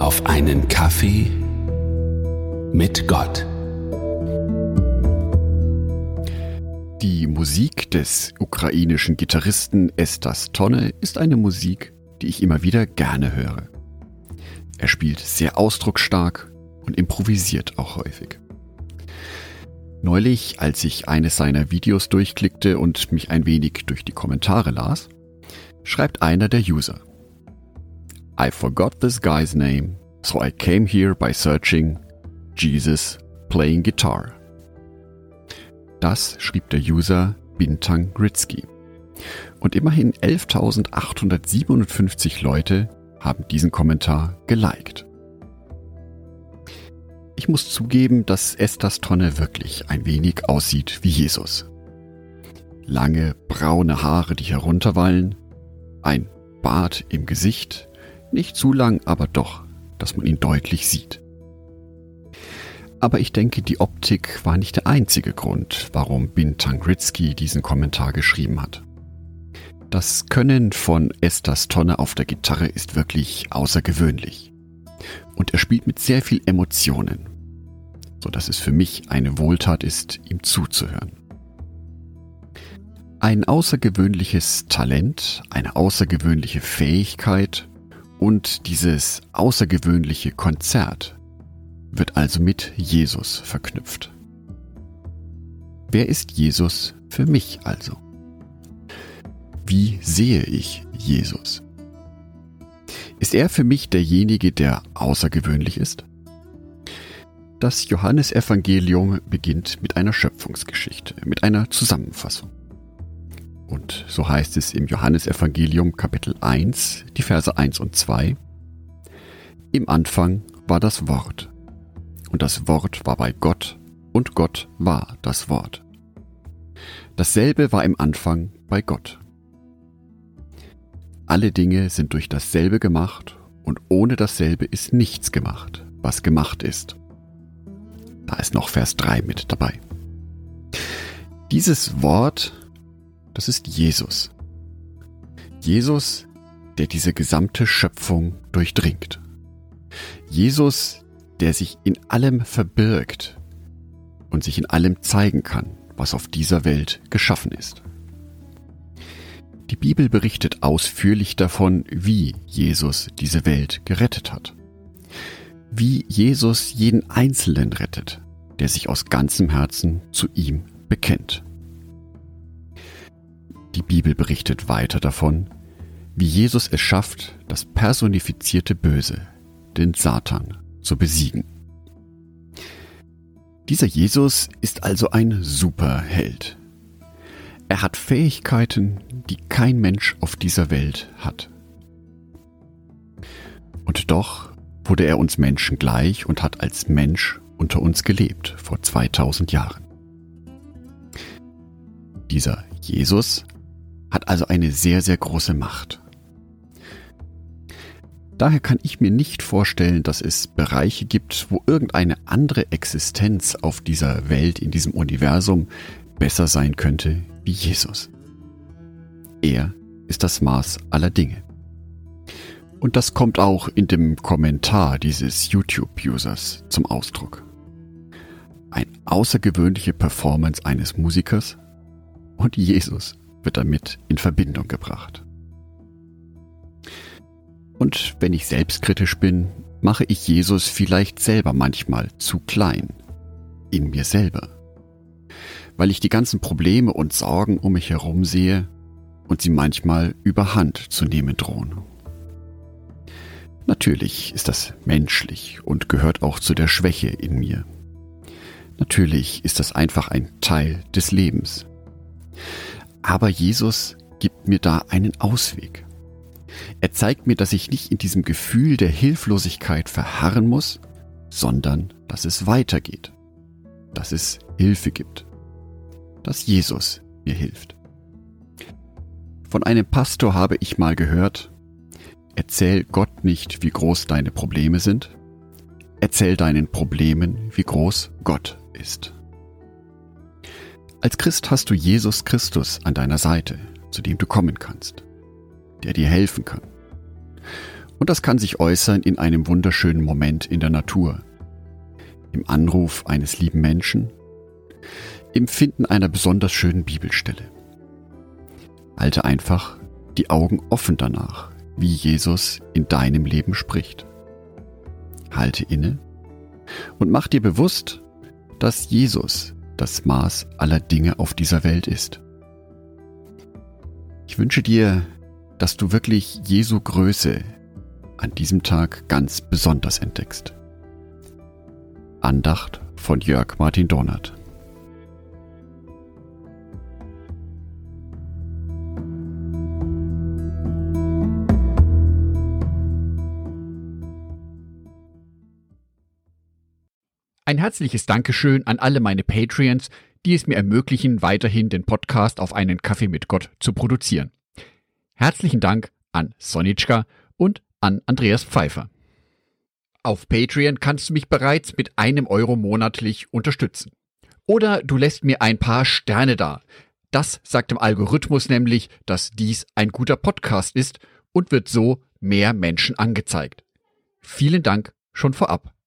auf einen Kaffee mit Gott. Die Musik des ukrainischen Gitarristen Estas Tonne ist eine Musik, die ich immer wieder gerne höre. Er spielt sehr ausdrucksstark und improvisiert auch häufig. Neulich, als ich eines seiner Videos durchklickte und mich ein wenig durch die Kommentare las, schreibt einer der User: I forgot this guy's name, so I came here by searching Jesus playing guitar. Das schrieb der User Bintang Gritzky. Und immerhin 11.857 Leute haben diesen Kommentar geliked. Ich muss zugeben, dass Estas Tonne wirklich ein wenig aussieht wie Jesus. Lange braune Haare, die herunterwallen, ein Bart im Gesicht, nicht zu lang, aber doch, dass man ihn deutlich sieht. Aber ich denke, die Optik war nicht der einzige Grund, warum Bintang Gritzky diesen Kommentar geschrieben hat. Das Können von Estas Tonne auf der Gitarre ist wirklich außergewöhnlich. Und er spielt mit sehr viel Emotionen, so dass es für mich eine Wohltat ist, ihm zuzuhören. Ein außergewöhnliches Talent, eine außergewöhnliche Fähigkeit und dieses außergewöhnliche Konzert wird also mit Jesus verknüpft. Wer ist Jesus für mich also? Wie sehe ich Jesus? Ist er für mich derjenige, der außergewöhnlich ist? Das Johannesevangelium beginnt mit einer Schöpfungsgeschichte, mit einer Zusammenfassung. Und so heißt es im Johannesevangelium Kapitel 1, die Verse 1 und 2. Im Anfang war das Wort. Und das Wort war bei Gott, und Gott war das Wort. Dasselbe war im Anfang bei Gott. Alle Dinge sind durch dasselbe gemacht, und ohne dasselbe ist nichts gemacht, was gemacht ist. Da ist noch Vers 3 mit dabei. Dieses Wort, das ist Jesus. Jesus, der diese gesamte Schöpfung durchdringt. Jesus, der sich in allem verbirgt und sich in allem zeigen kann, was auf dieser Welt geschaffen ist. Die Bibel berichtet ausführlich davon, wie Jesus diese Welt gerettet hat. Wie Jesus jeden Einzelnen rettet, der sich aus ganzem Herzen zu ihm bekennt. Die Bibel berichtet weiter davon, wie Jesus es schafft, das personifizierte Böse, den Satan, zu besiegen. Dieser Jesus ist also ein Superheld. Er hat Fähigkeiten, die kein Mensch auf dieser Welt hat. Und doch wurde er uns Menschen gleich und hat als Mensch unter uns gelebt, vor 2000 Jahren. Dieser Jesus hat also eine sehr, sehr große Macht. Daher kann ich mir nicht vorstellen, dass es Bereiche gibt, wo irgendeine andere Existenz auf dieser Welt, in diesem Universum, besser sein könnte wie Jesus. Er ist das Maß aller Dinge. Und das kommt auch in dem Kommentar dieses YouTube-Users zum Ausdruck. Eine außergewöhnliche Performance eines Musikers und Jesus wird damit in Verbindung gebracht. Und wenn ich selbstkritisch bin, mache ich Jesus vielleicht selber manchmal zu klein. In mir selber. Weil ich die ganzen Probleme und Sorgen um mich herum sehe und sie manchmal überhand zu nehmen drohen. Natürlich ist das menschlich und gehört auch zu der Schwäche in mir. Natürlich ist das einfach ein Teil des Lebens. Aber Jesus gibt mir da einen Ausweg. Er zeigt mir, dass ich nicht in diesem Gefühl der Hilflosigkeit verharren muss, sondern dass es weitergeht, dass es Hilfe gibt, dass Jesus mir hilft. Von einem Pastor habe ich mal gehört: Erzähl Gott nicht, wie groß deine Probleme sind, erzähl deinen Problemen, wie groß Gott ist. Als Christ hast du Jesus Christus an deiner Seite, zu dem du kommen kannst, der dir helfen kann. Und das kann sich äußern in einem wunderschönen Moment in der Natur, im Anruf eines lieben Menschen, im Finden einer besonders schönen Bibelstelle. Halte einfach die Augen offen danach, wie Jesus in deinem Leben spricht. Halte inne und mach dir bewusst, dass Jesus das Maß aller Dinge auf dieser Welt ist. Ich wünsche dir, dass du wirklich Jesu Größe an diesem Tag ganz besonders entdeckst. Andacht von Jörg Martin Dohnert. Ein herzliches Dankeschön an alle meine Patreons, die es mir ermöglichen, weiterhin den Podcast auf einen Kaffee mit Gott zu produzieren. Herzlichen Dank an Sonitschka und an Andreas Pfeiffer. Auf Patreon kannst du mich bereits mit €1 monatlich unterstützen. Oder du lässt mir ein paar Sterne da. Das sagt dem Algorithmus nämlich, dass dies ein guter Podcast ist und wird so mehr Menschen angezeigt. Vielen Dank schon vorab.